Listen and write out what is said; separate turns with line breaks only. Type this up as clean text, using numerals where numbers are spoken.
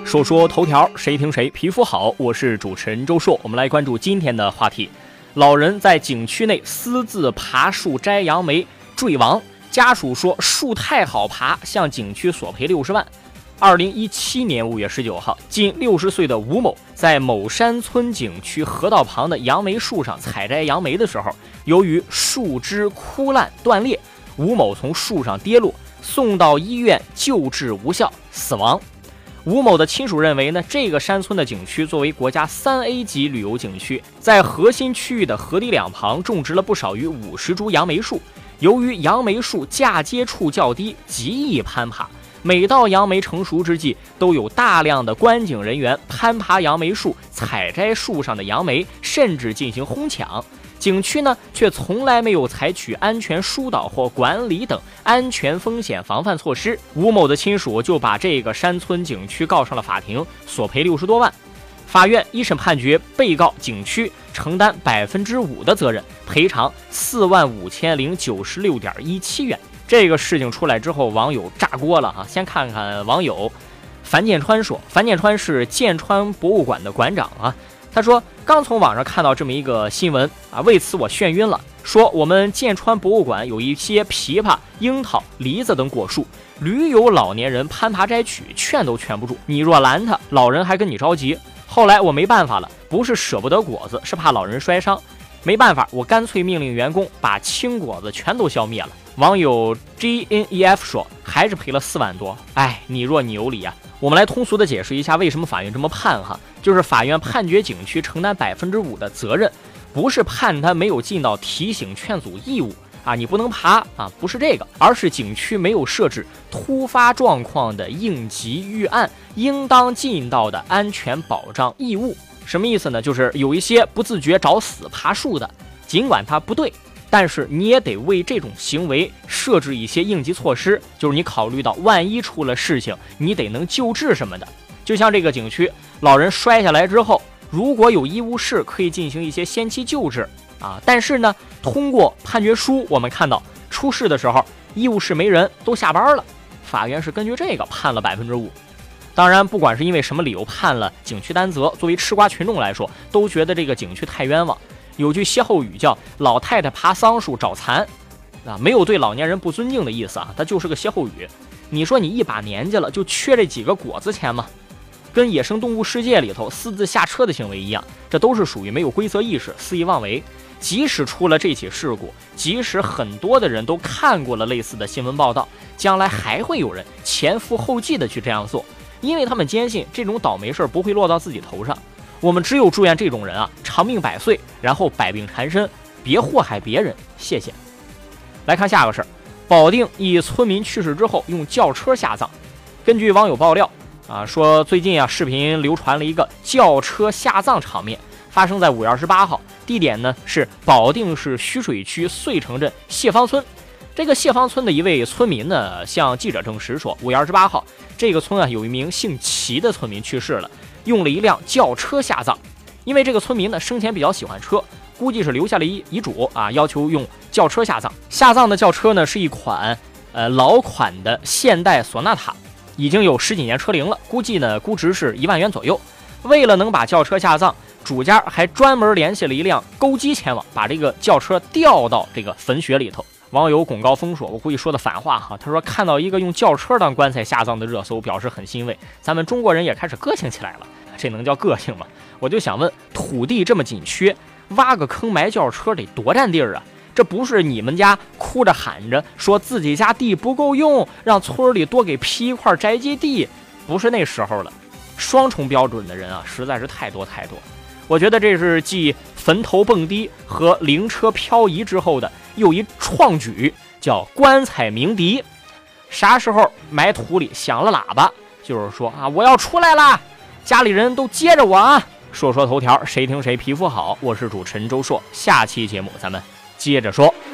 说说头条，谁听谁皮肤好。我是主持人周硕，我们来关注今天的话题。老人在景区内私自爬树摘杨梅坠亡，家属说树太好爬，向景区索赔60万。2017年5月19号，近60岁的吴某在某山村景区河道旁的杨梅树上采摘杨梅的时候，由于树枝枯烂断裂，吴某从树上跌落，送到医院救治无效死亡。吴某的亲属认为呢，这个山村的景区作为国家3A 级旅游景区，在核心区域的河堤两旁种植了不少于50株杨梅树。由于杨梅树嫁接处较低，极易攀爬，每到杨梅成熟之际，都有大量的观景人员攀爬杨梅树，采摘树上的杨梅，甚至进行哄抢。景区呢，却从来没有采取安全疏导或管理等安全风险防范措施。吴某的亲属就把这个山村景区告上了法庭，索赔60多万。法院一审判决被告景区承担5%的责任，赔偿45096.17元。这个事情出来之后，网友炸锅了啊！先看看网友樊建川说，樊建川是建川博物馆的馆长啊。他说，刚从网上看到这么一个新闻啊，为此我眩晕了。说我们建川博物馆有一些枇杷、樱桃、梨子等果树，屡有老年人攀爬摘取，劝都劝不住。你若拦他，老人还跟你着急。后来我没办法了，不是舍不得果子，是怕老人摔伤。没办法，我干脆命令员工把青果子全都消灭了。网友 GNEF 说，还是赔了4万多。哎，你若你有理啊！我们来通俗的解释一下为什么法院这么判哈，就是法院判决景区承担5%的责任，不是判他没有尽到提醒劝阻义务啊，你不能爬啊，不是这个，而是景区没有设置突发状况的应急预案，应当尽到的安全保障义务。什么意思呢？就是有一些不自觉找死爬树的，尽管他不对，但是你也得为这种行为设置一些应急措施，就是你考虑到万一出了事情，你得能救治什么的。就像这个景区，老人摔下来之后，如果有医务室可以进行一些先期救治啊，但是呢，通过判决书我们看到出事的时候，医务室没人，都下班了，法院是根据这个判了5%。当然，不管是因为什么理由判了景区担责，作为吃瓜群众来说，都觉得这个景区太冤枉。有句歇后语叫“老太太爬桑树找蚕”，啊，没有对老年人不尊敬的意思啊，它就是个歇后语。你说你一把年纪了，就缺这几个果子钱吗？跟野生动物世界里头私自下车的行为一样，这都是属于没有规则意识、肆意妄为。即使出了这起事故，即使很多的人都看过了类似的新闻报道，将来还会有人前赴后继的去这样做，因为他们坚信这种倒霉事不会落到自己头上。我们只有祝愿这种人啊长命百岁，然后百病缠身，别祸害别人。谢谢。来看下个事儿，保定一村民去世之后用轿车下葬。根据网友爆料啊，说最近啊视频流传了一个轿车下葬场面，发生在5月28号，地点呢是保定市徐水区遂城镇谢坊村。这个谢坊村的一位村民呢向记者证实说，5月28号这个村啊有一名姓齐的村民去世了，用了一辆轿车下葬。因为这个村民呢生前比较喜欢车，估计是留下了遗嘱啊，要求用轿车下葬。下葬的轿车呢是一款老款的现代索纳塔，已经有10几年车龄了，估计呢估值是1万元左右。为了能把轿车下葬，主家还专门联系了一辆钩机前往，把这个轿车吊到这个坟穴里头。网友巩高峰说，我估计说的反话哈，他说看到一个用轿车当棺材下葬的热搜，表示很欣慰，咱们中国人也开始个性起来了。这能叫个性吗？我就想问，土地这么紧缺，挖个坑埋轿车得多占地儿啊？这不是你们家哭着喊着说自己家地不够用，让村里多给批一块宅基地，不是那时候了。双重标准的人啊，实在是太多太多。我觉得这是继坟头蹦迪和灵车漂移之后的又一创举，叫棺材鸣笛。啥时候埋土里响了喇叭，就是说啊，我要出来啦，家里人都接着我啊。说说头条，谁听谁皮肤好，我是主持人周硕，下期节目咱们接着说。